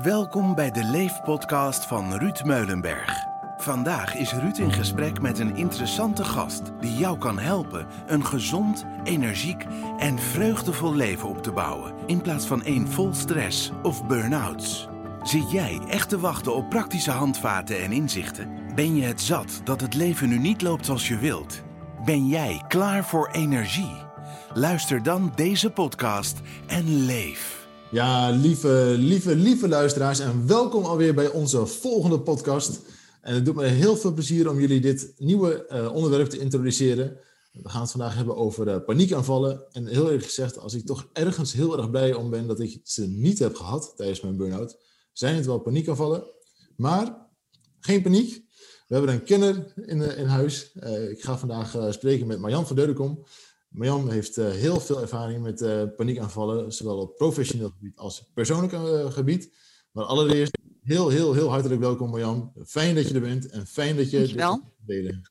Welkom bij de Leef-podcast van Ruud Meulenberg. Vandaag is Ruud in gesprek met een interessante gast die jou kan helpen een gezond, energiek en vreugdevol leven op te bouwen in plaats van één vol stress of burn-outs. Zit jij echt te wachten op praktische handvaten en inzichten? Ben je het zat dat het leven nu niet loopt zoals je wilt? Ben jij klaar voor energie? Luister dan deze podcast en leef. Ja, lieve luisteraars en welkom alweer bij onze volgende podcast. En het doet me heel veel plezier om jullie dit nieuwe onderwerp te introduceren. We gaan het vandaag hebben over paniekaanvallen. En heel eerlijk gezegd, als ik toch ergens heel erg blij om ben dat ik ze niet heb gehad tijdens mijn burn-out, zijn het wel paniekaanvallen. Maar geen paniek. We hebben een kenner in huis. Ik ga vandaag spreken met Marjan van Deudekom. Marjan heeft heel veel ervaring met paniekaanvallen, zowel op professioneel gebied als persoonlijk gebied. Maar allereerst heel hartelijk welkom Marjan. Fijn dat je er bent en fijn dat je dit gaat delen.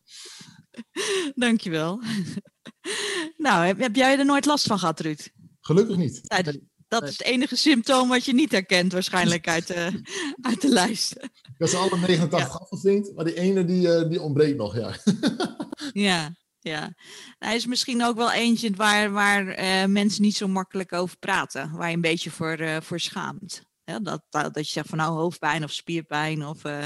Dankjewel. Nou, heb jij er nooit last van gehad, Ruud? Gelukkig niet. Ja, dat is het enige symptoom wat je niet herkent waarschijnlijk uit de lijst. Ik had ze alle 89 afgevinkt, maar die ene die ontbreekt nog, ja. Ja, hij is misschien ook wel eentje waar mensen niet zo makkelijk over praten. Waar je een beetje voor schaamt. Ja, dat je zegt van nou hoofdpijn of spierpijn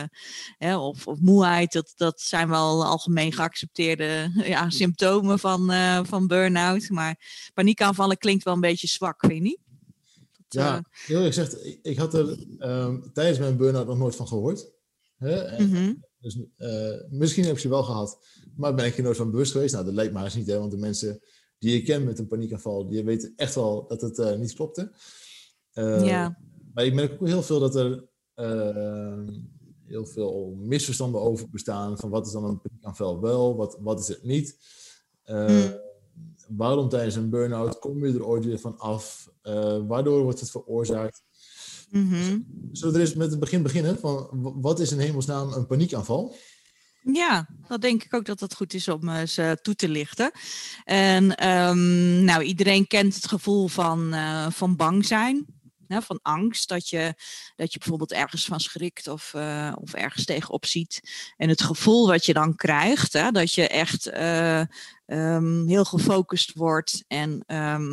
of moeheid. Dat zijn wel algemeen geaccepteerde symptomen van burn-out. Maar paniekaanvallen klinkt wel een beetje zwak, vind je niet? Ja, heel eerlijk gezegd, ik had er tijdens mijn burn-out nog nooit van gehoord. Dus misschien heb ik ze wel gehad, maar ben ik er nooit van bewust geweest. Nou, dat lijkt me haast niet, want de mensen die ik ken met een paniekaanval, die weten echt wel dat het niet klopte. Maar ik merk ook heel veel dat er heel veel misverstanden over bestaan. Van wat is dan een paniekaanval wel, wat is het niet? Waarom tijdens een burn-out kom je er ooit weer van af? Waardoor wordt het veroorzaakt? Zullen we er eens met het begin beginnen? Van, wat is in hemelsnaam een paniekaanval? Ja, dat denk ik ook dat het goed is om ze toe te lichten. En iedereen kent het gevoel van bang zijn. Van angst, dat je bijvoorbeeld ergens van schrikt of ergens tegenop ziet. En het gevoel wat je dan krijgt, dat je echt heel gefocust wordt en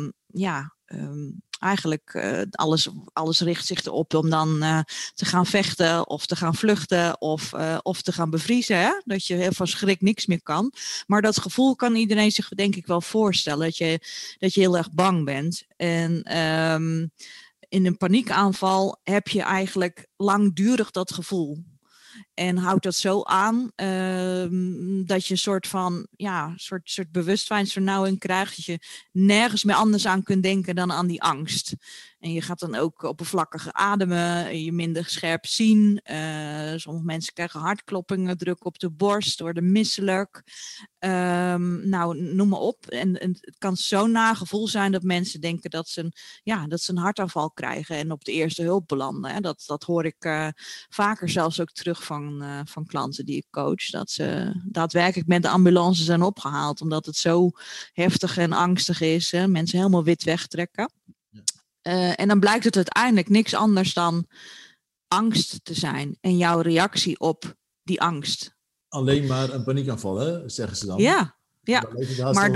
eigenlijk alles richt zich erop om dan te gaan vechten of te gaan vluchten of te gaan bevriezen. Hè? Dat je van schrik niks meer kan. Maar dat gevoel kan iedereen zich denk ik wel voorstellen. Dat je heel erg bang bent. En in een paniekaanval heb je eigenlijk langdurig dat gevoel. En houdt dat zo aan dat je een soort bewustzijnsvernauwing krijgt. Dat je nergens meer anders aan kunt denken dan aan die angst. En je gaat dan ook oppervlakkig ademen, je minder scherp zien. Sommige mensen krijgen hartkloppingen, druk op de borst, worden misselijk. Noem maar op. En het kan zo'n nagevoel zijn dat mensen denken dat ze een hartaanval krijgen en op de eerste hulp belanden. Hè. Dat hoor ik vaker zelfs ook terug van klanten die ik coach. Dat ze daadwerkelijk met de ambulance zijn opgehaald, omdat het zo heftig en angstig is. Hè. Mensen helemaal wit wegtrekken. En dan blijkt het uiteindelijk niks anders dan angst te zijn. En jouw reactie op die angst. Alleen maar een paniekaanval, hè, zeggen ze dan. Ja. Maar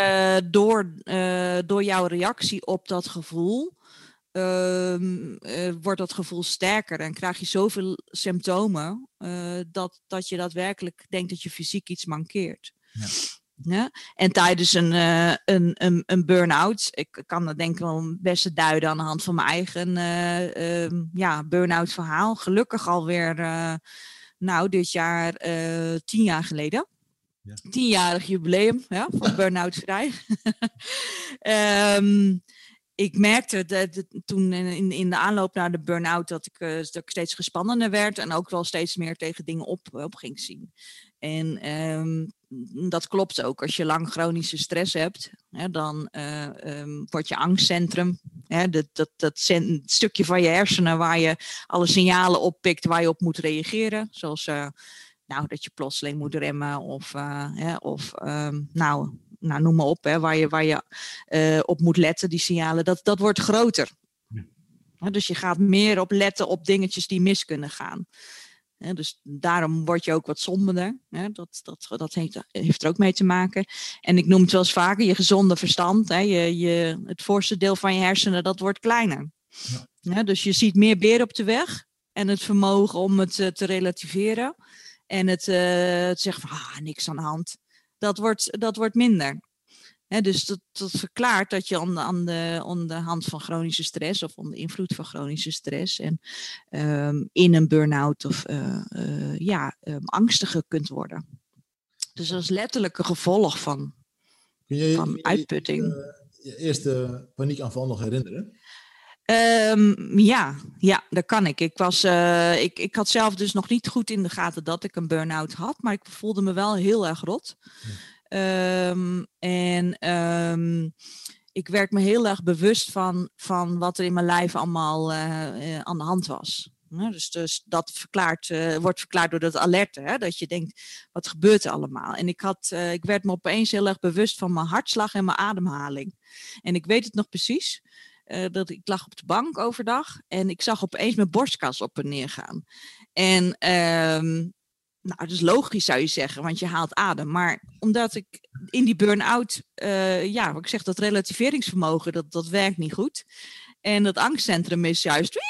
door jouw reactie op dat gevoel wordt dat gevoel sterker. En krijg je zoveel symptomen dat je daadwerkelijk denkt dat je fysiek iets mankeert. Ja. Ja? En tijdens een burn-out, ik kan dat denk ik wel het beste duiden aan de hand van mijn eigen burn-out verhaal. Gelukkig alweer dit jaar 10 jaar geleden. Ja. 10-jarig jubileum van burn-out vrij. Ik merkte toen in de aanloop naar de burn-out dat ik steeds gespannener werd en ook wel steeds meer tegen dingen op ging zien. En dat klopt ook. Als je lang chronische stress hebt, dan wordt je angstcentrum, dat stukje van je hersenen waar je alle signalen oppikt waar je op moet reageren. Zoals dat je plotseling moet remmen noem maar op, waar je op moet letten, die signalen, dat wordt groter. Dus je gaat meer op letten op dingetjes die mis kunnen gaan. Dus daarom word je ook wat somberder. Dat heeft er ook mee te maken. En ik noem het wel eens vaker, je gezonde verstand. Het voorste deel van je hersenen, dat wordt kleiner. Ja. Dus je ziet meer beren op de weg. En het vermogen om het te relativeren. En het zeggen van, niks aan de hand. Dat wordt minder. Dus dat verklaart dat je aan de hand van chronische stress of onder invloed van chronische stress en in een burn-out of angstiger kunt worden. Dus dat is letterlijk een gevolg van uitputting. Je eerste paniekaanval nog herinneren? Ja, dat kan ik. Ik had zelf dus nog niet goed in de gaten dat ik een burn-out had, maar ik voelde me wel heel erg rot. Ik werd me heel erg bewust van wat er in mijn lijf allemaal aan de hand was. Dus dat wordt verklaard door dat alerten. Dat je denkt, wat gebeurt er allemaal? En ik werd me opeens heel erg bewust van mijn hartslag en mijn ademhaling. En ik weet het nog precies. Dat ik lag op de bank overdag en ik zag opeens mijn borstkas op en neer gaan. En dat is logisch zou je zeggen, want je haalt adem. Maar omdat ik in die burn-out, wat ik zeg, dat relativeringsvermogen, dat werkt niet goed. En dat angstcentrum is juist...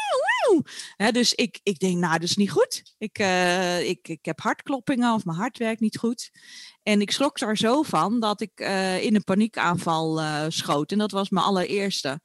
Dus ik denk, dat is niet goed. Ik heb hartkloppingen of mijn hart werkt niet goed. En ik schrok daar zo van dat ik in een paniekaanval schoot. En dat was mijn allereerste.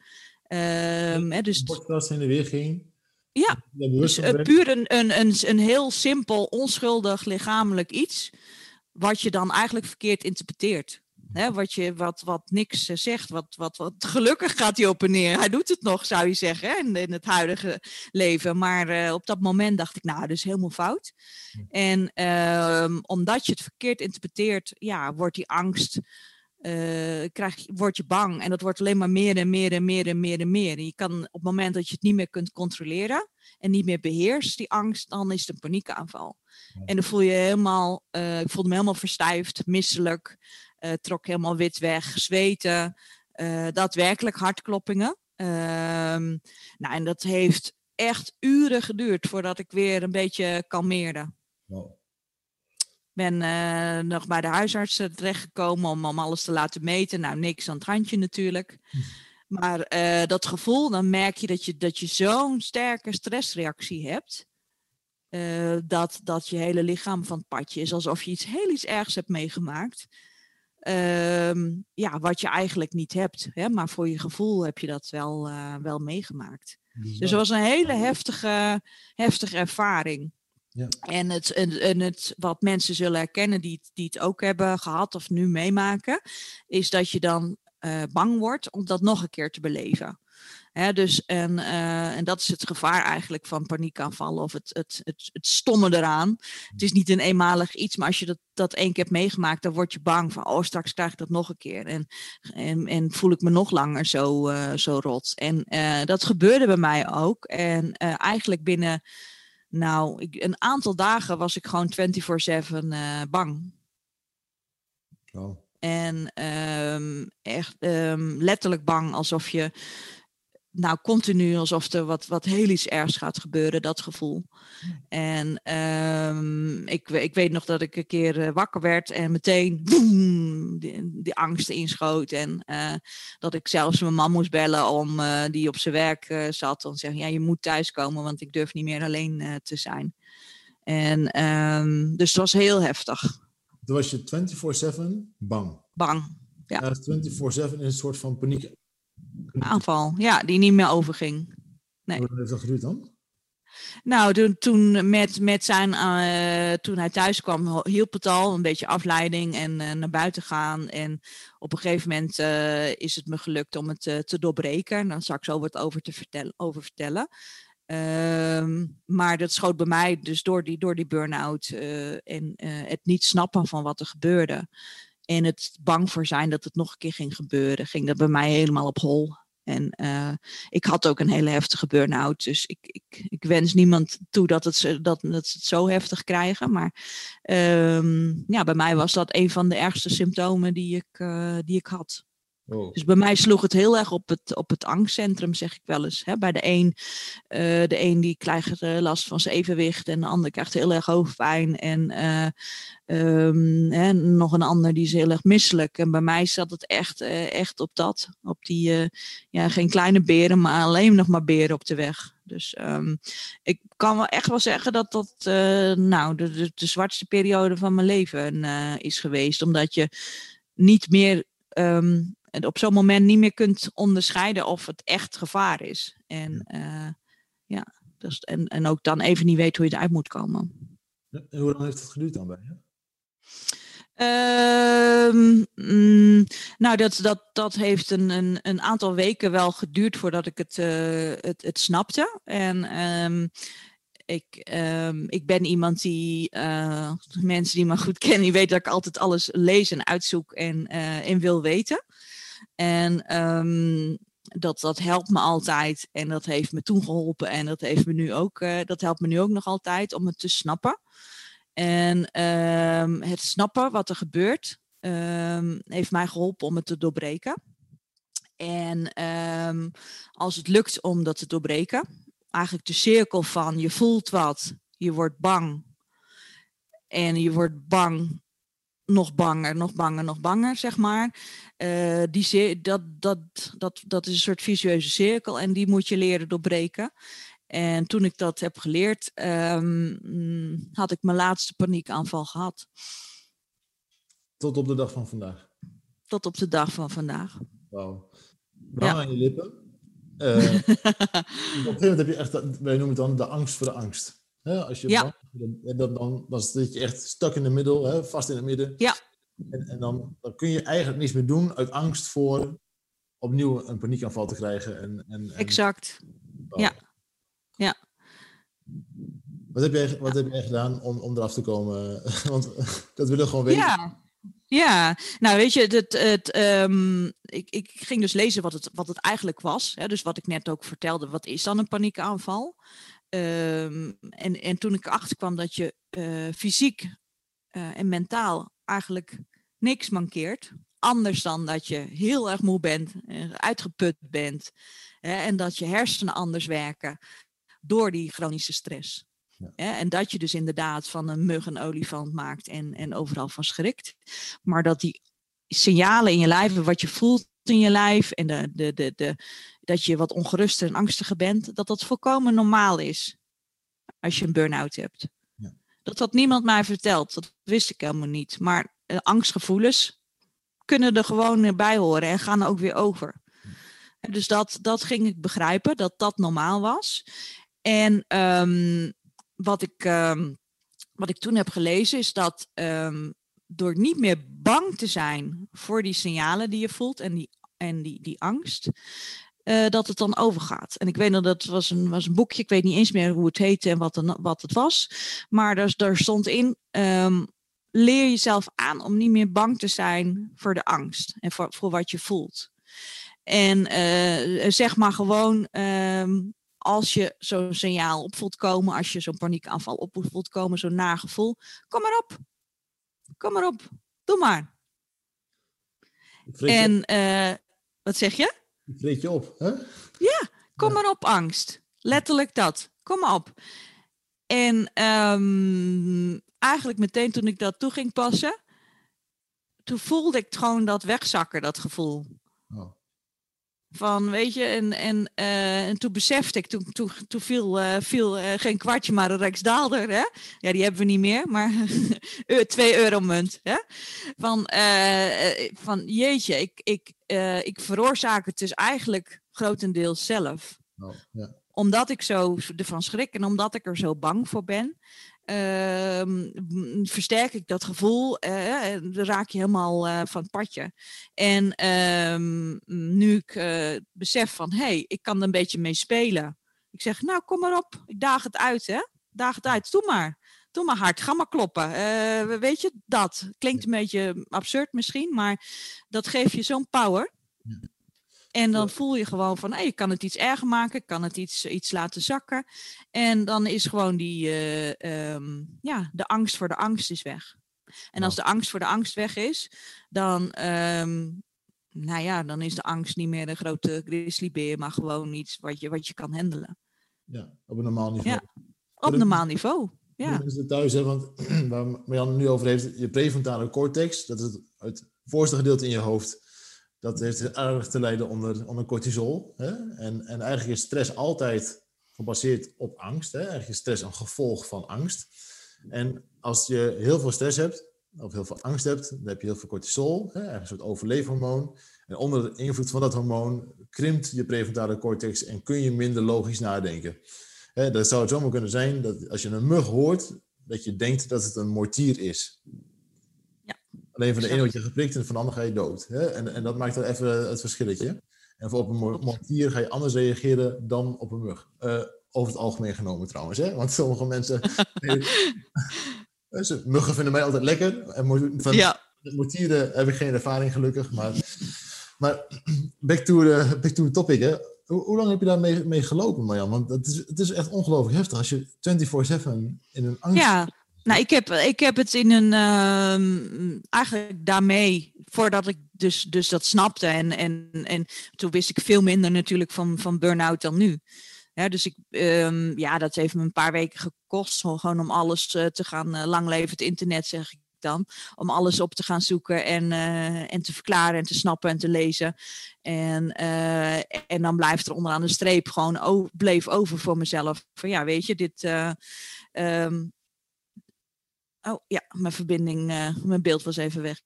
Dus borstkas in de weer ging. Ja, dus puur een heel simpel, onschuldig lichamelijk iets. Wat je dan eigenlijk verkeerd interpreteert. Wat niks zegt, wat gelukkig gaat hij op en neer. Hij doet het nog, zou je zeggen, in het huidige leven. Maar op dat moment dacht ik, dat is helemaal fout. En omdat je het verkeerd interpreteert, wordt die angst, word je bang. En dat wordt alleen maar meer en meer en meer en meer en meer. En je kan op het moment dat je het niet meer kunt controleren en niet meer beheerst, die angst, dan is het een paniekaanval. En dan voel je ik voelde me helemaal verstijfd, misselijk. Trok helemaal wit weg, zweten, daadwerkelijk hartkloppingen. En dat heeft echt uren geduurd voordat ik weer een beetje kalmeerde. Wow. Ben nog bij de huisarts terechtgekomen om alles te laten meten. Niks aan het handje natuurlijk. Maar dat gevoel, dan merk je dat je zo'n sterke stressreactie hebt. Dat je hele lichaam van het padje is, alsof je iets ergs hebt meegemaakt. Wat je eigenlijk niet hebt. Hè? Maar voor je gevoel heb je dat wel meegemaakt. Dus dat was een hele heftige ervaring. Ja. En het wat mensen zullen herkennen die het ook hebben gehad of nu meemaken, is dat je dan bang wordt om dat nog een keer te beleven. En dat is het gevaar eigenlijk van paniekaanvallen of het stomme eraan. Het is niet een eenmalig iets, maar als je dat één keer hebt meegemaakt, dan word je bang van, straks krijg ik dat nog een keer. En voel ik me nog langer zo rot. En dat gebeurde bij mij ook. En eigenlijk binnen, een aantal dagen was ik gewoon 24/7 bang. Oh. En echt letterlijk bang, alsof je... continu alsof er wat heel iets ergs gaat gebeuren, dat gevoel. En ik weet nog dat ik een keer wakker werd en meteen boem, die angst inschoot. En dat ik zelfs mijn man moest bellen die op zijn werk zat. En zeggen, je moet thuiskomen, want ik durf niet meer alleen te zijn. En dus het was heel heftig. Toen was je 24/7 bang? Bang, ja. 24/7 is een soort van paniek. Aanval, die niet meer overging. Nee. Hoe lang heeft dat geduurd dan? Toen met zijn, toen hij thuis kwam, hielp het al een beetje afleiding en naar buiten gaan. En op een gegeven moment is het me gelukt om het te doorbreken. Daar zal ik zo wat over vertellen. Maar dat schoot bij mij dus door die burn-out en het niet snappen van wat er gebeurde. En het bang voor zijn dat het nog een keer ging gebeuren, ging dat bij mij helemaal op hol. En ik had ook een hele heftige burn-out. Dus ik wens niemand toe dat ze het zo heftig krijgen. Maar bij mij was dat een van de ergste symptomen die ik had. Oh. Dus bij mij sloeg het heel erg op het angstcentrum, zeg ik wel eens. Hè. Bij de een die krijgt last van zijn evenwicht en de ander krijgt heel erg hoofdpijn. En nog een ander die is heel erg misselijk. En bij mij zat het echt op dat. Op die, geen kleine beren, maar alleen nog maar beren op de weg. Dus ik kan wel echt wel zeggen dat dat de zwartste periode van mijn leven is geweest. Omdat je niet meer... op zo'n moment niet meer kunt onderscheiden of het echt gevaar is. En, en ook dan even niet weet hoe je eruit moet komen. En hoe lang heeft het geduurd dan bij je? Dat heeft een aantal weken wel geduurd voordat ik het snapte. En ik ben iemand die, mensen die me goed kennen, die weten dat ik altijd alles lees en uitzoek en wil weten. En dat helpt me altijd en dat heeft me toen geholpen en dat heeft me nu ook, dat helpt me nu ook nog altijd om het te snappen. En het snappen wat er gebeurt heeft mij geholpen om het te doorbreken. En als het lukt om dat te doorbreken, eigenlijk de cirkel van je voelt wat, je wordt bang en je wordt bang, nog banger, nog banger, nog banger, zeg maar. Dat is een soort vicieuze cirkel en die moet je leren doorbreken. En toen ik dat heb geleerd, had ik mijn laatste paniekaanval gehad. Tot op de dag van vandaag? Tot op de dag van vandaag. Wauw. Brand aan je lippen. Op een gegeven moment heb je echt, wij noemen het dan de angst voor de angst. Als je dan zit je echt stuck in de middel, vast in het midden. Ja. En dan kun je eigenlijk niets meer doen uit angst voor opnieuw een paniekaanval te krijgen. Exact. Wow. Ja. Wat heb jij gedaan om eraf te komen? Want dat willen we gewoon weten. Ja, nou weet je, ik ging dus lezen wat het eigenlijk was. Hè? Dus wat ik net ook vertelde, wat is dan een paniekaanval? En toen ik erachter kwam dat je fysiek en mentaal eigenlijk niks mankeert. Anders dan dat je heel erg moe bent, uitgeput bent. En dat je hersenen anders werken door die chronische stress. Ja, en dat je dus inderdaad van een mug een olifant maakt en overal van schrikt. Maar dat die signalen in je lijf, wat je voelt in je lijf en dat je wat ongeruster en angstiger bent, dat volkomen normaal is als je een burn-out hebt. Ja. Dat had niemand mij verteld, dat wist ik helemaal niet. Maar angstgevoelens kunnen er gewoon bij horen en gaan er ook weer over. Ja. Dus dat ging ik begrijpen, dat normaal was. En wat ik toen heb gelezen is dat door niet meer bang te zijn voor die signalen die je voelt en die angst, dat het dan overgaat. En ik weet nog, dat was een boekje, ik weet niet eens meer hoe het heette en wat het was, maar daar stond in, leer jezelf aan om niet meer bang te zijn voor de angst en voor wat je voelt. En zeg maar gewoon... als je zo'n signaal op voelt komen, als je zo'n paniekaanval op voelt komen, zo'n nagevoel, kom maar op, doe maar. En wat zeg je? Vreet je op, hè? Ja, kom maar op, angst. Letterlijk dat. Kom maar op. En eigenlijk meteen toen ik dat toe ging passen, toen voelde ik gewoon dat wegzakken, dat gevoel. Oh. Van, weet je, en toen besefte ik, toen viel geen kwartje, maar een Rijksdaalder, hè? Ja, die hebben we niet meer, maar 2 euromunt, hè? Van jeetje, ik veroorzaak het dus eigenlijk grotendeels zelf. Oh, ja. Omdat ik zo ervan schrik en omdat ik er zo bang voor ben, versterk ik dat gevoel, dan raak je helemaal van het padje. En nu ik besef van, ik kan er een beetje mee spelen. Ik zeg, nou, kom maar op, ik daag het uit, hè. Daag het uit, doe maar hard, ga maar kloppen. Weet je, dat klinkt een beetje absurd misschien, maar dat geeft je zo'n power. Ja. En dan voel je gewoon van, je kan het iets erger maken, ik kan het iets laten zakken. En dan is gewoon de angst voor de angst is weg. En als de angst voor de angst weg is, dan nou ja, dan is de angst niet meer een grote grizzlybeer, maar gewoon iets wat je kan handelen. Ja, op een normaal niveau. Ja, op normaal niveau. Ja. Voor de mensen thuis, hè, want waar Marjan het nu over heeft, je prefrontale cortex, dat is het voorste gedeelte in je hoofd, dat heeft erg te lijden onder cortisol. Hè? En eigenlijk is stress altijd gebaseerd op angst. Hè? Eigenlijk is stress een gevolg van angst. En als je heel veel stress hebt, of heel veel angst hebt, dan heb je heel veel cortisol, hè? Eigenlijk een soort overleefhormoon. En onder de invloed van dat hormoon krimpt je prefrontale cortex en kun je minder logisch nadenken. Hè, dat zou het zomaar kunnen zijn dat als je een mug hoort, dat je denkt dat het een mortier is. Ja, alleen van de ene word je geprikt en van de andere ga je dood. Hè? En dat maakt dan even het verschilletje. En voor op een mortier ga je anders reageren dan op een mug. Over het algemeen genomen trouwens. Hè? Want sommige mensen... muggen vinden mij altijd lekker. En van mortieren heb ik geen ervaring gelukkig. Maar back to the topic. Hè? Hoe lang heb je daar mee gelopen, Marjan? Want het is echt ongelooflijk heftig als je 24/7 in een angst... Ja, nou ik heb het in een... eigenlijk daarmee, voordat ik dus dat snapte. En toen wist ik veel minder natuurlijk van burn-out dan nu. Ja, dus dat heeft me een paar weken gekost. Gewoon om alles te gaan... lang leven het internet, zeg ik dan. Om alles op te gaan zoeken en te verklaren en te snappen en te lezen. En dan blijft er onderaan de streep gewoon bleef over voor mezelf. Van ja, weet je, dit... oh ja, mijn verbinding, mijn beeld was even weg.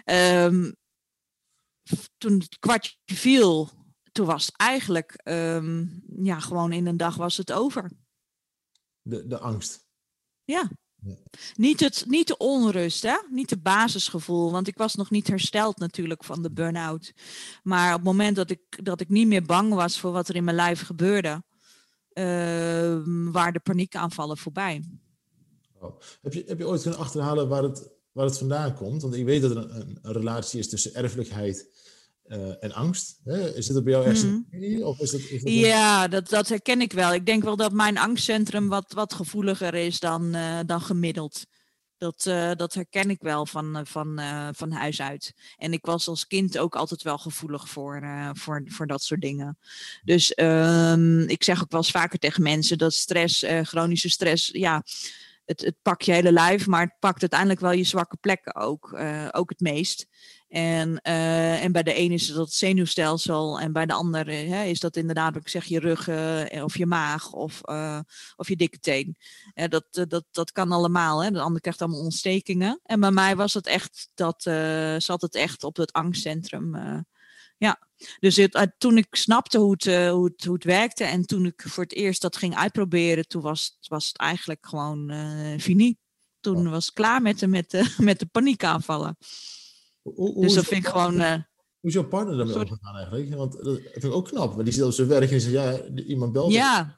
Toen het kwartje viel, toen was het eigenlijk... gewoon in een dag was het over. De angst. Ja. Niet de onrust, hè? Niet het basisgevoel, want ik was nog niet hersteld natuurlijk van de burn-out. Maar op het moment dat ik niet meer bang was voor wat er in mijn lijf gebeurde, waren de paniekaanvallen voorbij. Oh. Heb je ooit kunnen achterhalen waar het vandaan komt? Want ik weet dat er een relatie is tussen erfelijkheid en angst. Hè? Is dit op jou echt een familie? Of is dat Ja, dat herken ik wel. Ik denk wel dat mijn angstcentrum wat gevoeliger is dan gemiddeld. Dat herken ik wel van huis uit. En ik was als kind ook altijd wel gevoelig voor dat soort dingen. Dus ik zeg ook wel eens vaker tegen mensen dat stress, chronische stress, ja... Het pakt je hele lijf, maar het pakt uiteindelijk wel je zwakke plekken ook het meest. En bij de ene is dat het zenuwstelsel en bij de ander is dat inderdaad, wat ik zeg, je rug of je maag of je dikke teen. Dat kan allemaal. Hè. De ander krijgt allemaal ontstekingen. En bij mij was het echt, zat het echt op het angstcentrum. Ja, dus toen ik snapte hoe het werkte en toen ik voor het eerst dat ging uitproberen, toen was het eigenlijk gewoon fini. Toen was het klaar met de paniekaanvallen. Dus dat vind ik gewoon... Hoe is jouw partner daarmee omgegaan eigenlijk? Want dat vind ik ook knap. Want die zit op zijn werk en zegt, ja, iemand belt. Ja,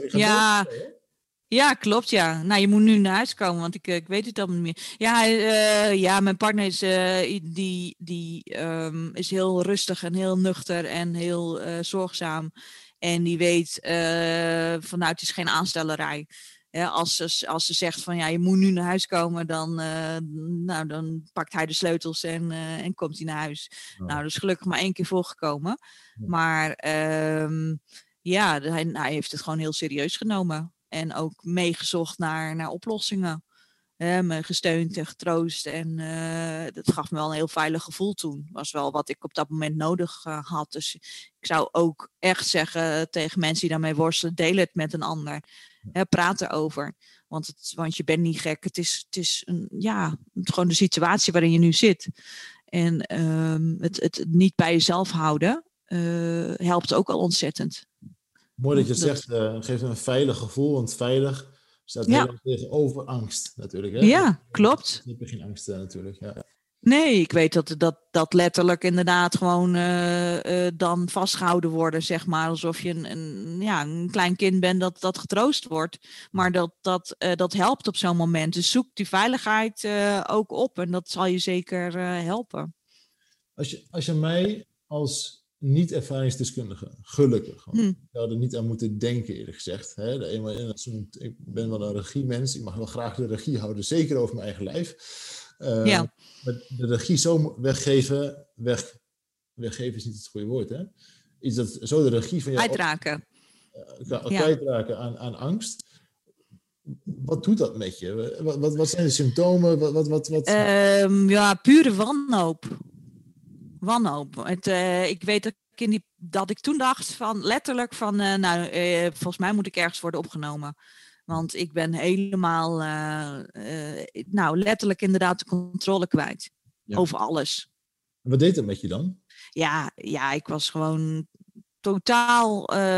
ja, klopt, ja. Nou, je moet nu naar huis komen, want ik weet het allemaal niet meer. Ja, mijn partner is, is heel rustig en heel nuchter en heel zorgzaam. En die weet vanuit het is geen aanstellerij. Ja, als ze zegt van ja, je moet nu naar huis komen, dan pakt hij de sleutels en komt hij naar huis. Oh. Nou, dat is gelukkig maar 1 keer voorgekomen. Ja. Maar hij heeft het gewoon heel serieus genomen. En ook meegezocht naar oplossingen. Me gesteund en getroost. En dat gaf me wel een heel veilig gevoel toen. Was wel wat ik op dat moment nodig had. Dus ik zou ook echt zeggen tegen mensen die daarmee worstelen, deel het met een ander. Praat erover. Want je bent niet gek. Het is gewoon de situatie waarin je nu zit. En het niet bij jezelf houden helpt ook al ontzettend. Mooi dat je zegt, geeft een veilig gevoel. Want veilig staat heel erg tegenover angst natuurlijk. Hè? Ja, klopt. Ik heb geen angst natuurlijk. Ja. Nee, ik weet dat letterlijk inderdaad gewoon dan vastgehouden worden, zeg maar. Alsof je een klein kind bent dat getroost wordt. Maar dat helpt op zo'n moment. Dus zoek die veiligheid ook op en dat zal je zeker helpen. Als je mij als niet-ervaringsdeskundige, gelukkig, ik zou er niet aan moeten denken eerlijk gezegd. Hè? Ik ben wel een regiemens, ik mag wel graag de regie houden, zeker over mijn eigen lijf. Maar de regie zo weggeven, weggeven is niet het goede woord, hè? Iets dat zo de regie van jou Uitraken. kwijtraken aan angst. Wat doet dat met je? Wat zijn de symptomen? Ja, pure wanhoop. Wanhoop. Ik weet dat ik toen dacht van letterlijk van, volgens mij moet ik ergens worden opgenomen. Want ik ben helemaal, letterlijk inderdaad de controle kwijt. Ja. Over alles. Wat deed dat met je dan? Ja, ik was gewoon totaal,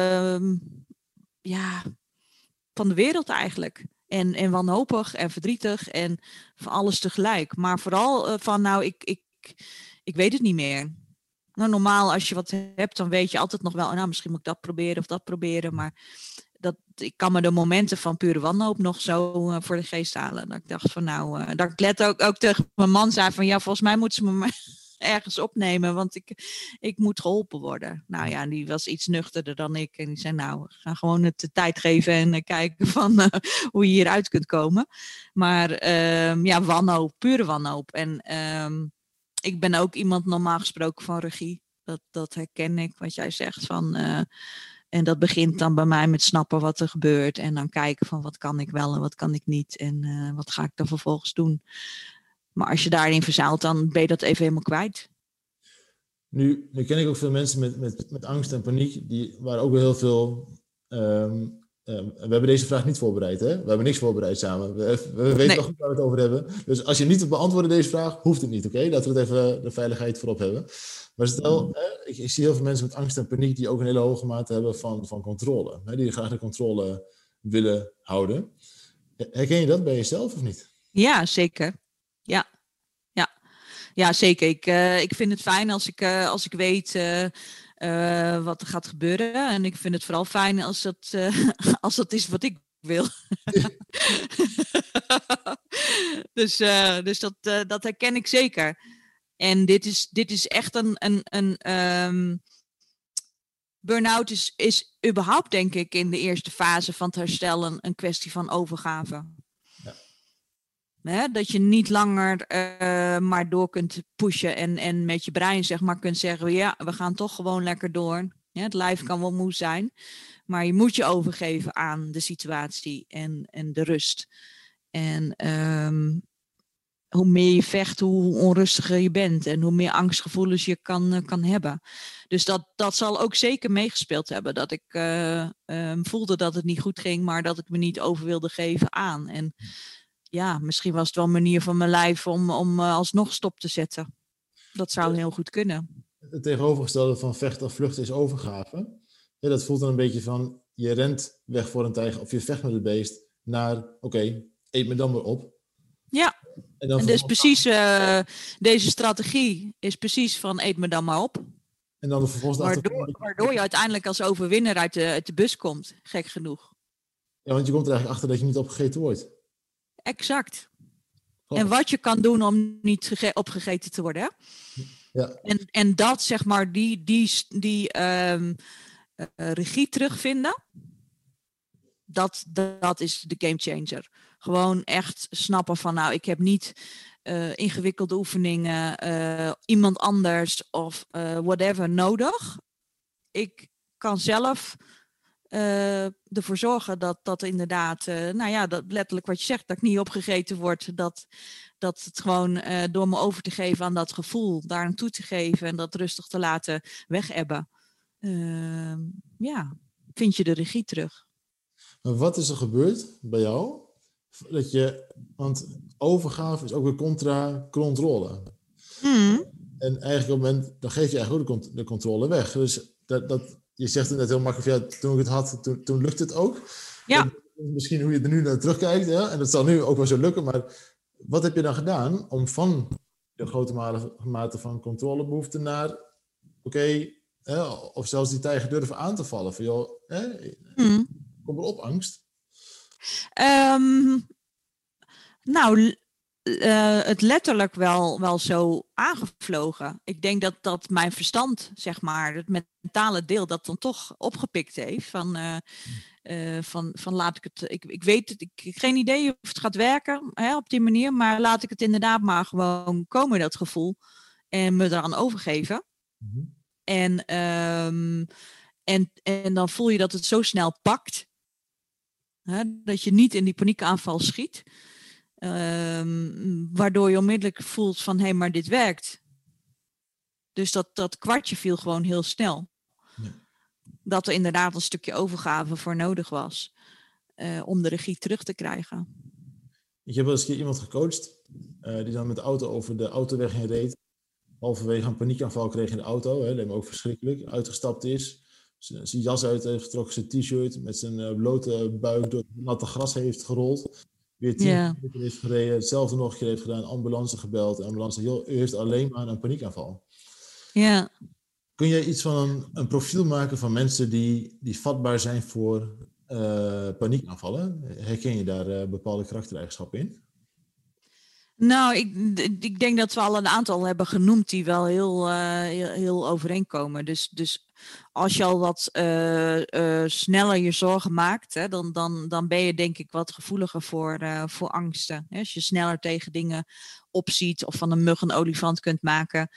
van de wereld eigenlijk. En wanhopig en verdrietig en van alles tegelijk. Maar vooral ik weet het niet meer. Nou, normaal als je wat hebt, dan weet je altijd nog wel, misschien moet ik dat proberen of dat proberen. Maar ik kan me de momenten van pure wanhoop nog zo voor de geest halen. Dat ik dacht van dat ik let ook tegen mijn man zei van volgens mij moeten ze me ergens opnemen, want ik moet geholpen worden. Nou ja, die was iets nuchterder dan ik. En die zei, ga gewoon het de tijd geven en kijken van hoe je hieruit kunt komen. Maar wanhoop, pure wanhoop. En ik ben ook iemand normaal gesproken van regie. Dat herken ik, wat jij zegt. En dat begint dan bij mij met snappen wat er gebeurt. En dan kijken van wat kan ik wel en wat kan ik niet. En wat ga ik dan vervolgens doen. Maar als je daarin verzuilt, dan ben je dat even helemaal kwijt. Nu ken ik ook veel mensen met angst en paniek. Waar ook wel heel veel... we hebben deze vraag niet voorbereid, hè? We hebben niks voorbereid samen. We weten nog goed waar we het over hebben. Dus als je niet te beantwoorden deze vraag, hoeft het niet, oké? Laten we het even de veiligheid voorop hebben. Maar stel, ik zie heel veel mensen met angst en paniek die ook een hele hoge mate hebben van controle. Hè? Die graag de controle willen houden. Herken je dat bij jezelf of niet? Ja, zeker. Ja, zeker. Ik vind het fijn als ik weet wat er gaat gebeuren. En ik vind het vooral fijn als dat is wat ik wil. Dus dat herken ik zeker. En dit is echt een burn-out is überhaupt, denk ik, in de eerste fase van het herstellen een kwestie van overgave. Dat je niet langer maar door kunt pushen en met je brein zeg maar kunt zeggen, we gaan toch gewoon lekker door. Ja, het lijf kan wel moe zijn, maar je moet je overgeven aan de situatie en de rust. En hoe meer je vecht, hoe onrustiger je bent en hoe meer angstgevoelens je kan hebben. Dus dat zal ook zeker meegespeeld hebben. Dat ik voelde dat het niet goed ging, maar dat ik me niet over wilde geven aan. En ja, misschien was het wel een manier van mijn lijf om alsnog stop te zetten. Dat zou heel goed kunnen. Het tegenovergestelde van vechten of vluchten is overgave. Ja, dat voelt dan een beetje van, je rent weg voor een tijger of je vecht met het beest naar, oké, eet me dan maar op. Ja, en dus precies deze strategie is precies van eet me dan maar op. En dan vervolgens waardoor je uiteindelijk als overwinnaar uit de bus komt, gek genoeg. Ja, want je komt er eigenlijk achter dat je niet opgegeten wordt. Exact. Oh. En wat je kan doen om niet opgegeten te worden. Hè? Ja. En dat, zeg maar, die regie terugvinden, dat is de game changer. Gewoon echt snappen van, ik heb niet ingewikkelde oefeningen, iemand anders of whatever nodig. Ik kan zelf ervoor zorgen dat inderdaad, dat letterlijk wat je zegt, dat ik niet opgegeten word, dat het gewoon door me over te geven aan dat gevoel, daar aan toe te geven en dat rustig te laten wegebben. Vind je de regie terug. Maar wat is er gebeurd bij jou? Want overgave is ook weer contra controle. En eigenlijk op het moment, dan geef je eigenlijk ook de controle weg. Dus je zegt het net heel makkelijk, toen ik het had, toen lukte het ook. Ja. Misschien hoe je er nu naar terugkijkt, ja? En dat zal nu ook wel zo lukken, maar wat heb je dan gedaan om van de grote mate van controlebehoefte naar, of zelfs die tijger durven aan te vallen? Van joh, kom erop, angst. Het letterlijk wel zo aangevlogen. Ik denk dat mijn verstand, zeg maar, het mentale deel, dat dan toch opgepikt heeft. Van laat ik het. Ik weet het, ik heb geen idee of het gaat werken op die manier, maar laat ik het inderdaad maar gewoon komen, dat gevoel. En me eraan overgeven. Mhm. En dan voel je dat het zo snel pakt. Hè, dat je niet in die paniekaanval schiet. Waardoor je onmiddellijk voelt van, hé, maar dit werkt. Dus dat kwartje viel gewoon heel snel. Ja. Dat er inderdaad een stukje overgave voor nodig was. Om de regie terug te krijgen. Ik heb wel eens een keer iemand gecoacht. Die dan met de auto over de autoweg heen reed. Halverwege een paniekaanval kreeg in de auto. Hè, leek me ook verschrikkelijk. Uitgestapt is. Zijn jas uit heeft getrokken. Zijn t-shirt. Met zijn blote buik door het natte gras heeft gerold. Weer 10 kilometer heeft gereden. Hetzelfde nog een keer heeft gedaan. Ambulance gebeld. De ambulance zegt, u heeft alleen maar een paniekaanval. Ja. Kun jij iets van een profiel maken van mensen die vatbaar zijn voor paniekaanvallen? Herken je daar bepaalde karaktereigenschappen in? Nou, ik denk dat we al een aantal hebben genoemd die wel heel overeenkomen. Dus als je al wat sneller je zorgen maakt, hè, dan ben je denk ik wat gevoeliger voor angsten. Als je sneller tegen dingen opziet of van een mug een olifant kunt maken,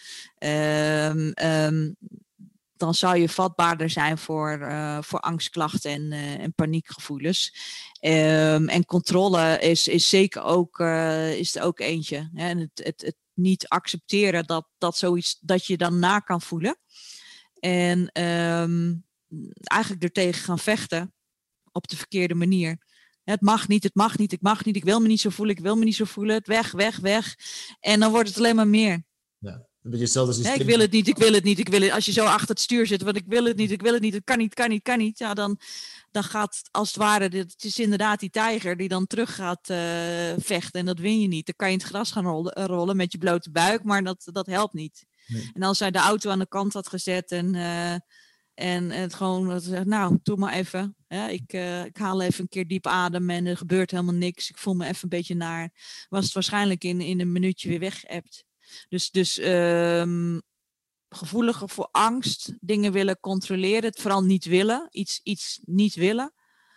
dan zou je vatbaarder zijn voor angstklachten en paniekgevoelens. En controle is zeker ook, is er ook eentje. Hè? En het niet accepteren dat je dan na kan voelen. En eigenlijk ertegen gaan vechten op de verkeerde manier. Het mag niet, ik wil me niet zo voelen, het weg. En dan wordt het alleen maar meer. Ja, een beetje hetzelfde systeem. Ik wil het. Als je zo achter het stuur zit, want ik wil het niet, het kan niet. Ja, dan gaat als het ware, het is inderdaad die tijger die dan terug gaat vechten en dat win je niet. Dan kan je in het gras gaan rollen met je blote buik, maar dat helpt niet. Nee. En als hij de auto aan de kant had gezet en het gewoon zegt, nou, doe maar even. Ja, ik haal even een keer diep adem en er gebeurt helemaal niks. Ik voel me even een beetje naar. Was het waarschijnlijk in een minuutje weer weggeëpt. Dus gevoeliger voor angst, dingen willen controleren, het vooral niet willen, iets niet willen.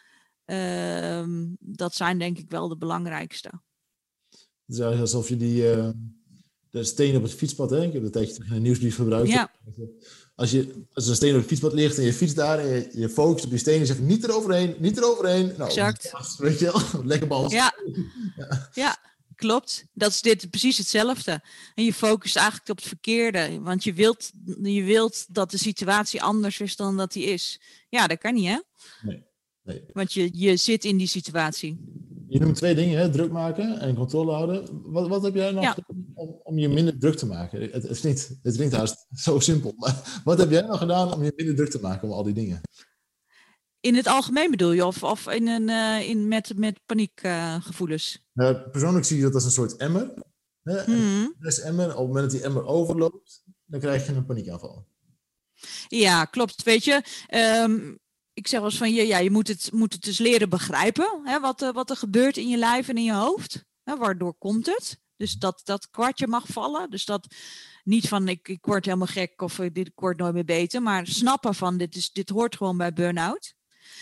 Dat zijn denk ik wel de belangrijkste. Het is eigenlijk alsof je de steen op het fietspad, hè? Ik heb dat tijdje terug in een nieuwsbrief gebruikt. Ja. Als een steen op het fietspad ligt en je fietst daar en je focust op die steen en zegt niet eroverheen. Nou, exact. Weet je wel, lekker bal. Ja. Klopt, dat is precies hetzelfde. En je focust eigenlijk op het verkeerde. Want je wilt dat de situatie anders is dan dat die is. Ja, dat kan niet, hè? Nee. Want je zit in die situatie. Je noemt 2 dingen, hè? Druk maken en controle houden. Wat heb jij nog om je minder druk te maken? Het klinkt haast zo simpel. Maar wat heb jij nog gedaan om je minder druk te maken om al die dingen? In het algemeen bedoel je? Of met paniekgevoelens? Persoonlijk zie je dat als een soort emmer. Emmer. Op het moment dat die emmer overloopt, dan krijg je een paniekaanval. Ja, klopt. Weet je, ik zeg wel eens van je moet het dus leren begrijpen. Hè, wat er gebeurt in je lijf en in je hoofd. Hè, waardoor komt het? Dus dat kwartje mag vallen. Dus dat niet van ik word helemaal gek of ik word nooit meer beter. Maar snappen van dit hoort gewoon bij burn-out.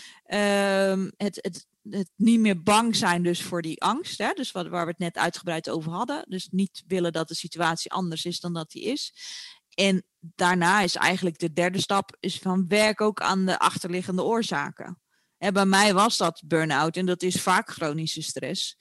Het niet meer bang zijn dus voor die angst. Hè? Dus waar we het net uitgebreid over hadden. Dus niet willen dat de situatie anders is dan dat die is. En daarna is eigenlijk de derde stap is van werk ook aan de achterliggende oorzaken. En bij mij was dat burn-out en dat is vaak chronische stress.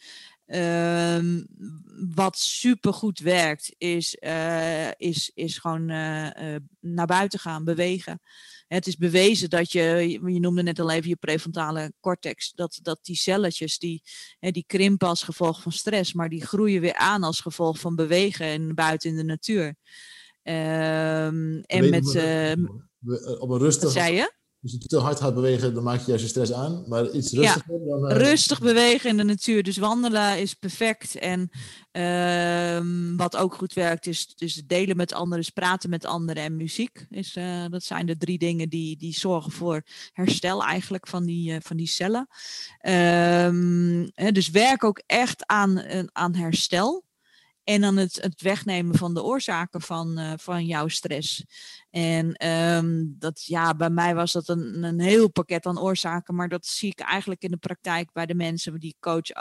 Wat supergoed werkt is gewoon naar buiten gaan, bewegen. Het is bewezen dat je noemde net al even je prefrontale cortex, dat die celletjes die krimpen als gevolg van stress, maar die groeien weer aan als gevolg van bewegen en buiten in de natuur. Op een rustig. Wat zei je? Als je te hard gaat bewegen, dan maak je juist je stress aan. Maar iets rustiger dan... rustig bewegen in de natuur. Dus wandelen is perfect. En wat ook goed werkt is dus delen met anderen, dus praten met anderen en muziek. Dat zijn de 3 dingen die zorgen voor herstel eigenlijk van die cellen. Dus werk ook echt aan herstel. En dan het wegnemen van de oorzaken van jouw stress. En bij mij was dat een heel pakket aan oorzaken. Maar dat zie ik eigenlijk in de praktijk bij de mensen die ik coach ook.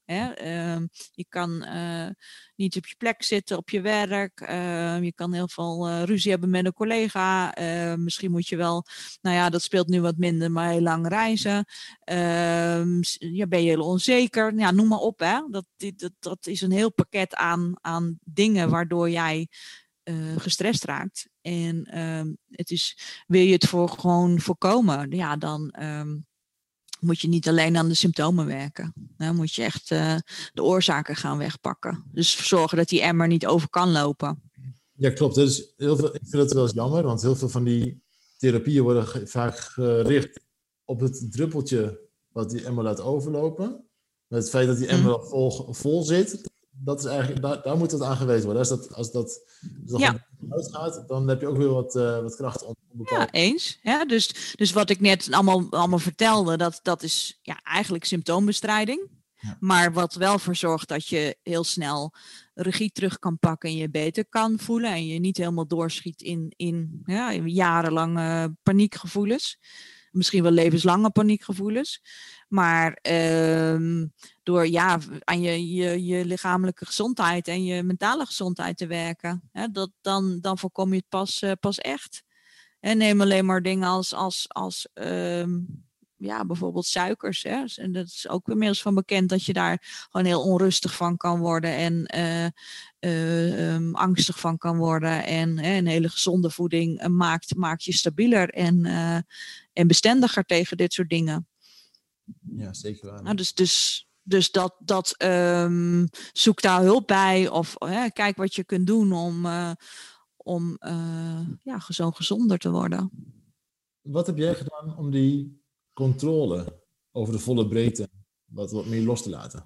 Hè? Je kan niet op je plek zitten op je werk. Je kan heel veel ruzie hebben met een collega. Misschien moet je wel, nou ja, dat speelt nu wat minder, maar heel lang reizen. Ben je heel onzeker. Ja, noem maar op. Hè? Dat is een heel pakket aan dingen waardoor jij gestrest raakt. En wil je het gewoon voorkomen, ja, dan moet je niet alleen aan de symptomen werken. Dan moet je echt de oorzaken gaan wegpakken. Dus zorgen dat die emmer niet over kan lopen. Ja, klopt. Dus heel veel, ik vind het wel eens jammer, want heel veel van die therapieën worden vaak gericht op het druppeltje wat die emmer laat overlopen. Met het feit dat die emmer al vol zit, dat is eigenlijk, daar moet het aan gewezen worden. Als dat uitgaat, dan heb je ook weer wat kracht om bepaalde... Ja, eens. Ja, dus wat ik net allemaal vertelde, dat is eigenlijk symptoombestrijding. Ja. Maar wat wel voor zorgt dat je heel snel regie terug kan pakken en je beter kan voelen. En je niet helemaal doorschiet in jarenlange paniekgevoelens. Misschien wel levenslange paniekgevoelens. Maar door aan je lichamelijke gezondheid en je mentale gezondheid te werken, dan voorkom je het pas echt. En neem alleen maar dingen als bijvoorbeeld suikers. Hè? En dat is ook inmiddels van bekend dat je daar gewoon heel onrustig van kan worden en angstig van kan worden. En een hele gezonde voeding maakt je stabieler en bestendiger tegen dit soort dingen. Ja, zeker waar. Nou, dus dat zoek daar hulp bij of kijk wat je kunt doen om gezonder te worden. Wat heb jij gedaan om die controle over de volle breedte wat meer los te laten?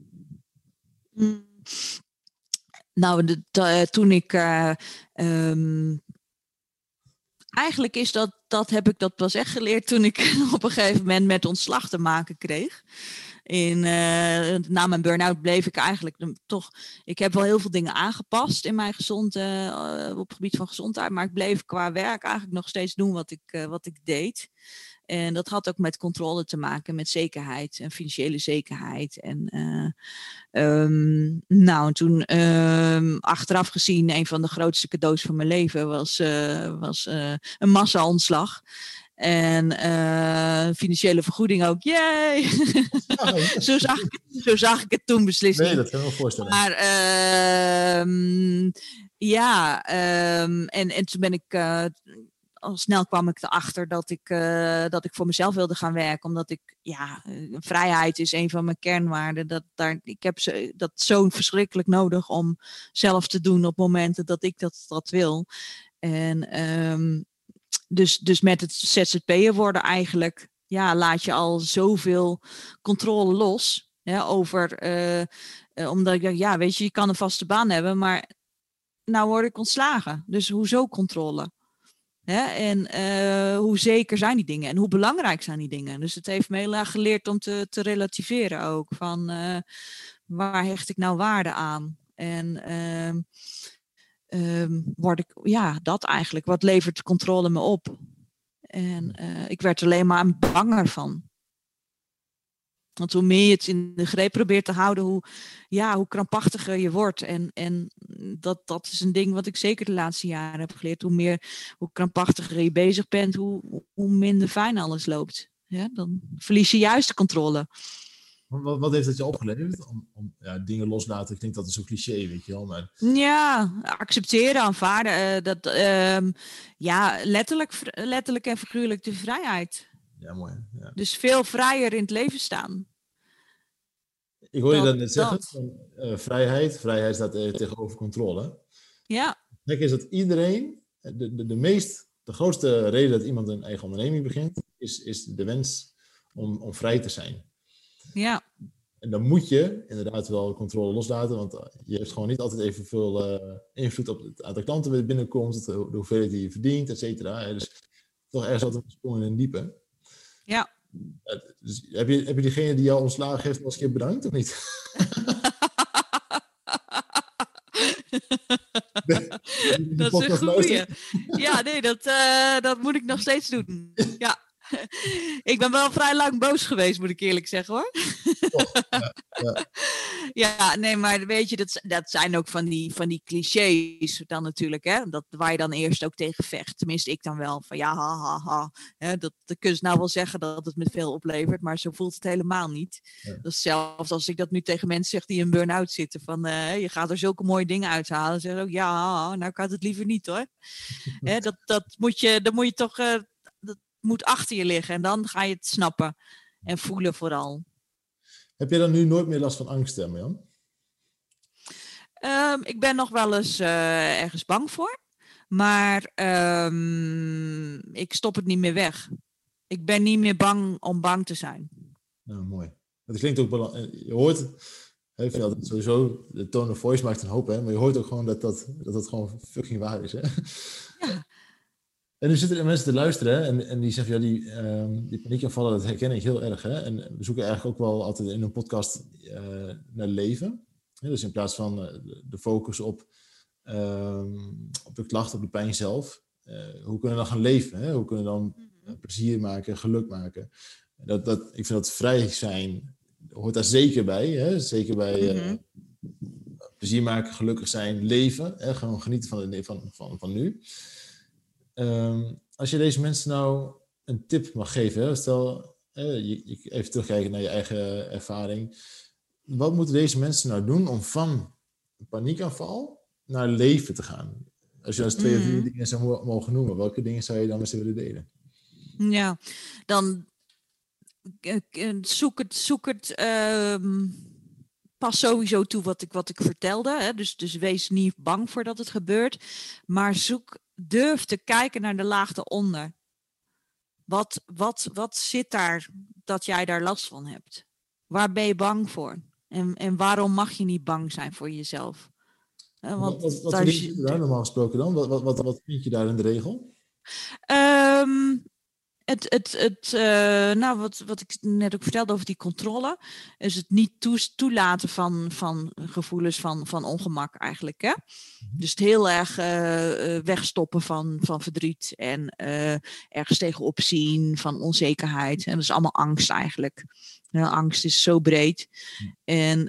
Nou, toen ik... eigenlijk is heb ik dat pas echt geleerd toen ik op een gegeven moment met ontslag te maken kreeg. Na mijn burn-out bleef ik eigenlijk toch... Ik heb wel heel veel dingen aangepast in mijn op het gebied van gezondheid. Maar ik bleef qua werk eigenlijk nog steeds doen wat ik deed. En dat had ook met controle te maken, met zekerheid en financiële zekerheid. En toen achteraf gezien een van de grootste cadeaus van mijn leven was een massa-ontslag. En financiële vergoeding ook. Yay! Zo zag ik het toen beslist. Nee, dat kan ik me voorstellen. Maar en toen ben ik... al snel kwam ik erachter dat ik voor mezelf wilde gaan werken. Omdat vrijheid is een van mijn kernwaarden. Ik heb dat zo verschrikkelijk nodig om zelf te doen op momenten dat ik dat wil. En dus met het ZZP'er worden eigenlijk, laat je al zoveel controle los. Over, omdat ik dacht, weet je kan een vaste baan hebben, maar nou word ik ontslagen. Dus hoezo controle? En hoe zeker zijn die dingen en hoe belangrijk zijn die dingen. Dus het heeft me heel erg geleerd om te relativeren ook. Van waar hecht ik nou waarde aan? En word ik, dat eigenlijk. Wat levert de controle me op? En ik werd alleen maar banger van. Want hoe meer je het in de greep probeert te houden, hoe krampachtiger je wordt. En dat is een ding wat ik zeker de laatste jaren heb geleerd. Hoe krampachtiger je bezig bent, hoe minder fijn alles loopt. Ja, dan verlies je juist de controle. Wat heeft het je opgeleverd? Om dingen loslaten, ik denk dat is zo'n cliché, weet je wel. Maar... Ja, accepteren, aanvaarden. Letterlijk en figuurlijk de vrijheid. Ja, mooi. Ja. Dus veel vrijer in het leven staan. Ik hoor je dat net zeggen. Vrijheid staat tegenover controle. Ja. Kijk, is dat iedereen, de grootste reden dat iemand een eigen onderneming begint, is de wens om vrij te zijn. Ja. En dan moet je inderdaad wel controle loslaten, want je hebt gewoon niet altijd evenveel invloed op het aantal klanten die binnenkomt, de hoeveelheid die je verdient, et cetera. Dus toch ergens altijd een sprong in een diepe. Ja. Dus heb je diegene die jou ontslagen heeft nog eens een keer bedankt of niet? Dat is een goeie. Ja, nee, dat moet ik nog steeds doen. Ja. Ik ben wel vrij lang boos geweest, moet ik eerlijk zeggen hoor. Toch? Ja. Ja, nee, maar weet je, dat zijn ook van die clichés dan natuurlijk, hè. Waar je dan eerst ook tegen vecht. Tenminste, ik dan wel. Van ja, ha, ha, ha. Hè, dat kun je nou wel zeggen dat het me veel oplevert, maar zo voelt het helemaal niet. Ja. Dat is zelfs als ik dat nu tegen mensen zeg die in burn-out zitten. Van, je gaat er zulke mooie dingen uithalen. Dan zeggen ze ook, ja, ha, ha, nou ik had het liever niet hoor. Hè, dat moet je toch, dat moet achter je liggen. En dan ga je het snappen. En voelen vooral. Heb je dan nu nooit meer last van angst, Marjan? Ik ben nog wel eens ergens bang voor. Maar ik stop het niet meer weg. Ik ben niet meer bang om bang te zijn. Nou, mooi. Het klinkt ook belangrijk. Je hoort het, sowieso, de tone of voice maakt een hoop, hè? Maar je hoort ook gewoon dat gewoon fucking waar is. Hè? Ja. En nu zitten er mensen te luisteren hè? En die zeggen, ja, die paniekaanvallen, dat herken ik heel erg. Hè? En we zoeken eigenlijk ook wel altijd in een podcast naar leven. Dus in plaats van de focus op de klacht, op de pijn zelf. Hoe kunnen we dan gaan leven? Hè? Hoe kunnen we dan plezier maken, geluk maken? Ik vind dat vrij zijn, hoort daar zeker bij. Hè? Zeker bij plezier maken, gelukkig zijn, leven. Hè? Gewoon genieten van nu. Als je deze mensen nou een tip mag geven, hè? Stel, je even terugkijken naar je eigen ervaring. Wat moeten deze mensen nou doen om van een paniekaanval naar leven te gaan? Als je dan eens 2 of 3 dingen zou mogen noemen, welke dingen zou je dan met ze willen delen? Ja, dan zoek het pas sowieso toe wat ik vertelde. Hè? Dus wees niet bang voor dat het gebeurt. Maar durf te kijken naar de laag eronder. Wat zit daar dat jij daar last van hebt? Waar ben je bang voor? En waarom mag je niet bang zijn voor jezelf? Wat voor dingen zitten daar normaal gesproken dan? Wat vind je daar in de regel? Wat ik net ook vertelde over die controle, is het niet toelaten van gevoelens van ongemak eigenlijk. Hè? Dus het heel erg wegstoppen van verdriet en ergens tegenop zien van onzekerheid. En dat is allemaal angst eigenlijk. Nou, angst is zo breed. En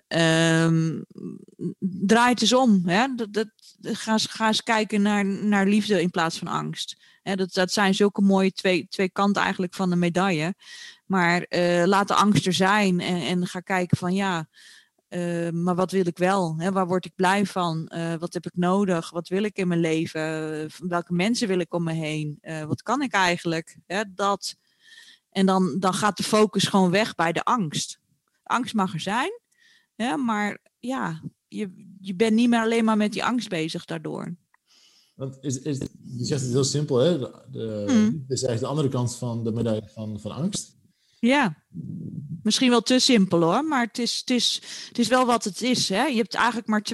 draai het eens om. Hè? Ga eens kijken naar liefde in plaats van angst. Dat zijn zulke mooie twee kanten eigenlijk van de medaille. Maar laat de angst er zijn en ga kijken van maar wat wil ik wel? Hè? Waar word ik blij van? Wat heb ik nodig? Wat wil ik in mijn leven? Welke mensen wil ik om me heen? Wat kan ik eigenlijk? Dat. En dan gaat de focus gewoon weg bij de angst. Angst mag er zijn, maar je bent niet meer alleen maar met die angst bezig daardoor. Want je zegt het heel simpel, hè? Dit is eigenlijk de andere kant van de medaille van angst. Ja, misschien wel te simpel hoor, maar het is wel wat het is. Hè? Je hebt eigenlijk maar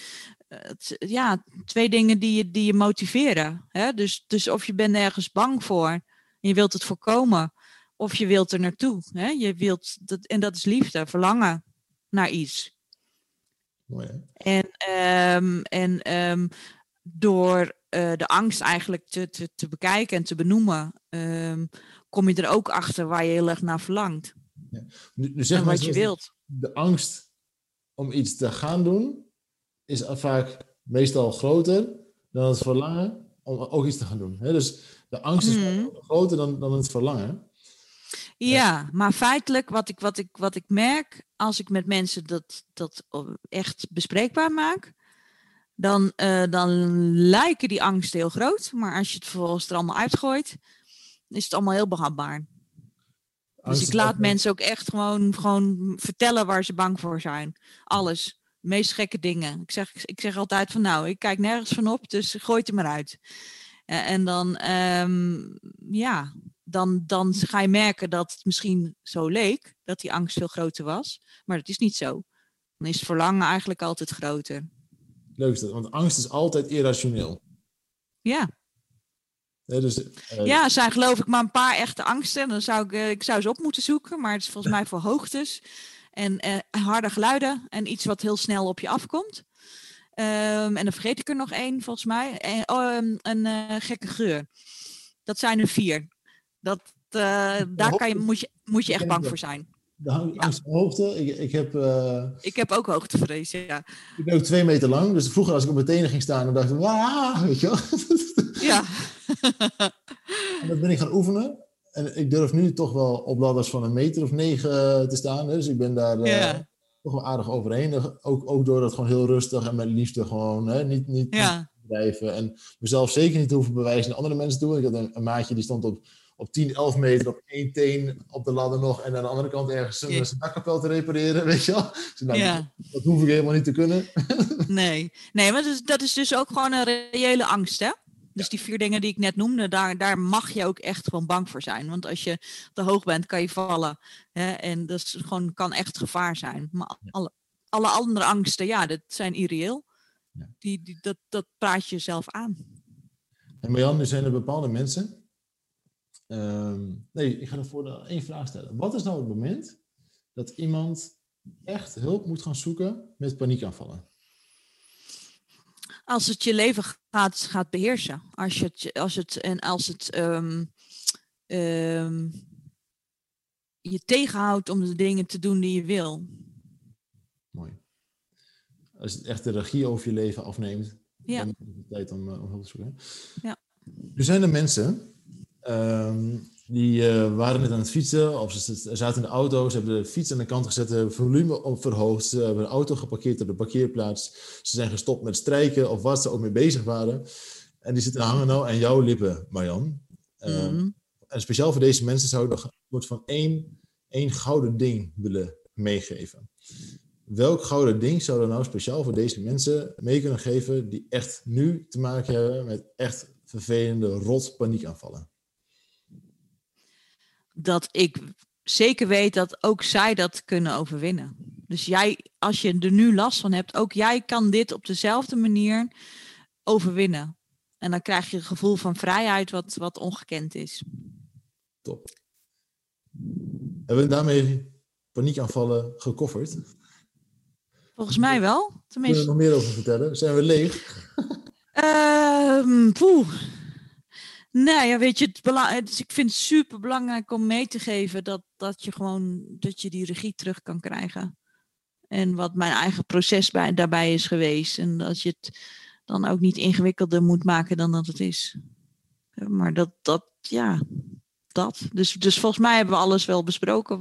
twee dingen die je motiveren. Hè? Dus of je bent ergens bang voor en je wilt het voorkomen, of je wilt er naartoe. Hè? Je wilt en dat is liefde, verlangen naar iets. Mooi, hè? En door de angst eigenlijk te bekijken en te benoemen, kom je er ook achter waar je heel erg naar verlangt. Ja. Nu zeg en maar wat je wilt. De angst om iets te gaan doen is vaak meestal groter dan het verlangen om ook iets te gaan doen. Hè? Dus de angst is groter dan het verlangen. Ja, maar feitelijk wat ik merk als ik met mensen dat echt bespreekbaar maak, dan lijken die angsten heel groot. Maar als je het vervolgens er allemaal uitgooit, is het allemaal heel behapbaar. Dus ik laat mensen ook echt gewoon vertellen waar ze bang voor zijn. Alles. De meest gekke dingen. Ik zeg altijd van ik kijk nergens van op, dus gooi het er maar uit. En dan ga je merken dat het misschien zo leek, dat die angst veel groter was. Maar dat is niet zo. Dan is het verlangen eigenlijk altijd groter. Leuk is dat, want angst is altijd irrationeel. Ja. Er zijn geloof ik maar een paar echte angsten. Dan ik zou ze op moeten zoeken, maar het is volgens mij voor hoogtes. En harde geluiden en iets wat heel snel op je afkomt. En dan vergeet ik er nog 1 volgens mij. Een gekke geur. Dat zijn er 4. Daar moet je echt bang voor zijn. De angst voor hoogte. Ik heb ook hoogtevrees, ja. Ik ben ook 2 meter lang. Dus vroeger als ik op mijn tenen ging staan, dan dacht ik, weet je wel. Ja. En dat ben ik gaan oefenen. En ik durf nu toch wel op ladders van 1,9 meter te staan. Dus ik ben daar toch wel aardig overheen. Ook door dat gewoon heel rustig en met liefde gewoon niet bedrijven. En mezelf zeker niet hoeven bewijzen naar andere mensen toe. Ik had een maatje die stond op 10, 11 meter op 1 teen op de ladder nog. En aan de andere kant ergens zijn dakkapel te repareren, weet je wel. Dus dat hoef ik helemaal niet te kunnen. Nee, maar dat is dus ook gewoon een reële angst, hè? Dus die 4 dingen die ik net noemde, daar mag je ook echt gewoon bang voor zijn. Want als je te hoog bent, kan je vallen. Hè? En dat is gewoon, kan echt gevaar zijn. Maar alle andere angsten, dat zijn irreëel. Ja. Dat praat je zelf aan. En Marjan, nu zijn er bepaalde mensen. Ik ga ervoor 1 vraag stellen. Wat is nou het moment dat iemand echt hulp moet gaan zoeken met paniekaanvallen? Als het je leven gaat beheersen. Als het je tegenhoudt om de dingen te doen die je wil. Mooi. Als het echt de regie over je leven afneemt, dan is het tijd om hulp te zoeken. Ja. Er zijn er mensen die waren net aan het fietsen, of ze zaten in de auto, ze hebben de fiets aan de kant gezet, hebben het volume op verhoogd, ze hebben de auto geparkeerd op de parkeerplaats, ze zijn gestopt met strijken of wat ze ook mee bezig waren. En die zitten hangen nou aan jouw lippen, Marjan. En speciaal voor deze mensen zou ik nog een soort van één gouden ding willen meegeven. Welk gouden ding zou er nou speciaal voor deze mensen mee kunnen geven die echt nu te maken hebben met echt vervelende rot paniekaanvallen? Dat ik zeker weet dat ook zij dat kunnen overwinnen. Dus als je er nu last van hebt, ook jij kan dit op dezelfde manier overwinnen. En dan krijg je een gevoel van vrijheid wat ongekend is. Top. Hebben we daarmee paniekaanvallen gecoverd? Volgens mij wel. Kunnen we er nog meer over vertellen? Zijn we leeg? Weet je, ik vind het super belangrijk om mee te geven dat je die regie terug kan krijgen. En wat mijn eigen proces daarbij is geweest. En dat je het dan ook niet ingewikkelder moet maken dan dat het is. Maar dat. Dus volgens mij hebben we alles wel besproken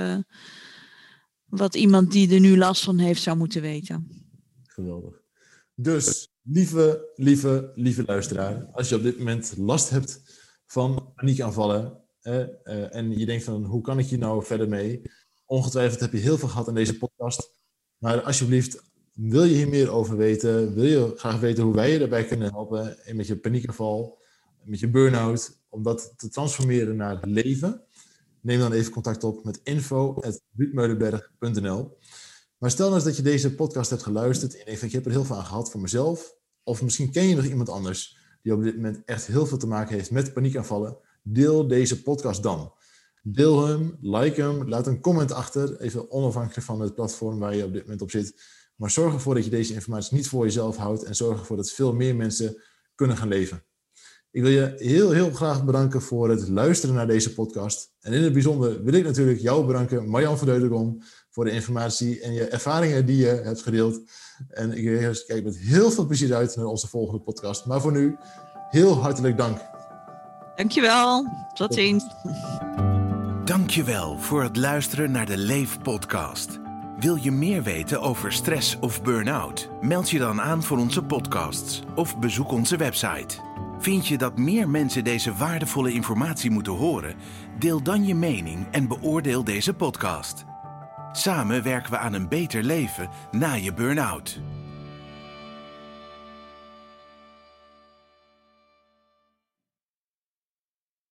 wat iemand die er nu last van heeft zou moeten weten. Geweldig. Dus, lieve luisteraar, als je op dit moment last hebt van paniekaanvallen en je denkt van, hoe kan ik hier nou verder mee? Ongetwijfeld heb je heel veel gehad in deze podcast. Maar alsjeblieft, wil je hier meer over weten? Wil je graag weten hoe wij je daarbij kunnen helpen en met je paniekaanval, met je burn-out, om dat te transformeren naar leven? Neem dan even contact op met info@ruudmeulenberg.nl. Maar stel nou eens dat je deze podcast hebt geluisterd en je denkt van, ik heb er heel veel aan gehad voor mezelf. Of misschien ken je nog iemand anders die op dit moment echt heel veel te maken heeft met paniekaanvallen. Deel deze podcast dan. Deel hem, like hem, laat een comment achter. Even onafhankelijk van het platform waar je op dit moment op zit. Maar zorg ervoor dat je deze informatie niet voor jezelf houdt. En zorg ervoor dat veel meer mensen kunnen gaan leven. Ik wil je heel, heel graag bedanken voor het luisteren naar deze podcast. En in het bijzonder wil ik natuurlijk jou bedanken, Marjan van Deutenkom, voor de informatie en je ervaringen die je hebt gedeeld. En ik kijk met heel veel plezier uit naar onze volgende podcast. Maar voor nu, heel hartelijk dank. Dankjewel. Tot ziens. Dankjewel voor het luisteren naar de Leef podcast. Wil je meer weten over stress of burn-out? Meld je dan aan voor onze podcasts of bezoek onze website. Vind je dat meer mensen deze waardevolle informatie moeten horen? Deel dan je mening en beoordeel deze podcast. Samen werken we aan een beter leven na je burn-out.